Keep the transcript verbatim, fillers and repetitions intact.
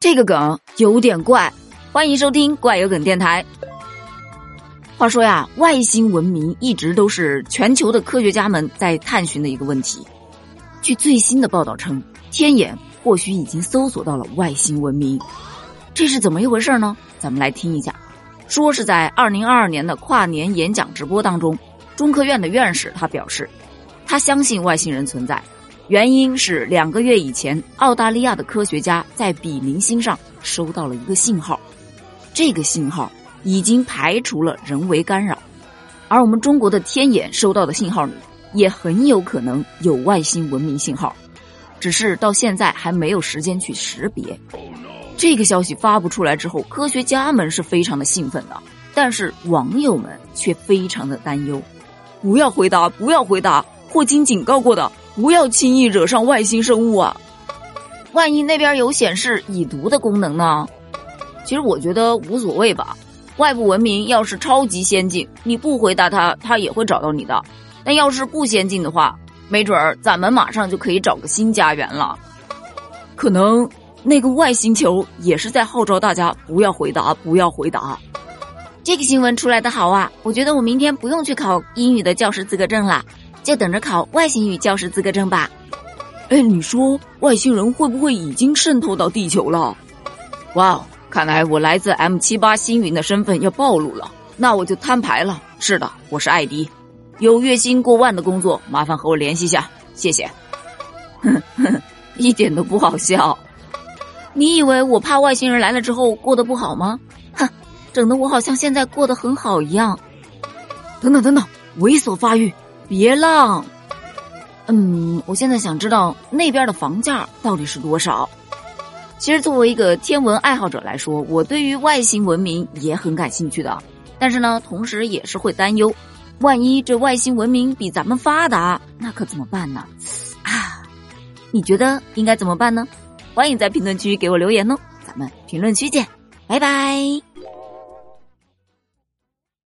这个梗有点怪，欢迎收听怪有梗电台。话说呀，外星文明一直都是全球的科学家们在探寻的一个问题。据最新的报道称，天眼或许已经搜索到了外星文明。这是怎么一回事呢？咱们来听一下。说是在二零二二年的跨年演讲直播当中，中科院的院士他表示，他相信外星人存在，原因是两个月以前，澳大利亚的科学家在比邻星上收到了一个信号，这个信号已经排除了人为干扰，而我们中国的天眼收到的信号里也很有可能有外星文明信号，只是到现在还没有时间去识别。这个消息发布出来之后，科学家们是非常的兴奋的，但是网友们却非常的担忧。不要回答，不要回答，霍金警告过的，不要轻易惹上外星生物啊！万一那边有显示已读的功能呢？其实我觉得无所谓吧。外部文明要是超级先进，你不回答它，它也会找到你的。但要是不先进的话，没准儿咱们马上就可以找个新家园了。可能那个外星球也是在号召大家不要回答，不要回答。这个新闻出来的好啊，我觉得我明天不用去考英语的教师资格证了，就等着考外星语教师资格证吧。哎，你说外星人会不会已经渗透到地球了？哇哦，看来我来自 M 七十八 星云的身份要暴露了，那我就摊牌了。是的，我是艾迪，有月薪过万的工作，麻烦和我联系一下，谢谢。哼哼，一点都不好笑。你以为我怕外星人来了之后过得不好吗？哼，整得我好像现在过得很好一样。等等等等，猥琐发育，别浪。嗯，我现在想知道那边的房价到底是多少。其实作为一个天文爱好者来说，我对于外星文明也很感兴趣的，但是呢，同时也是会担忧，万一这外星文明比咱们发达，那可怎么办呢？啊，你觉得应该怎么办呢？欢迎在评论区给我留言哦，咱们评论区见，拜拜。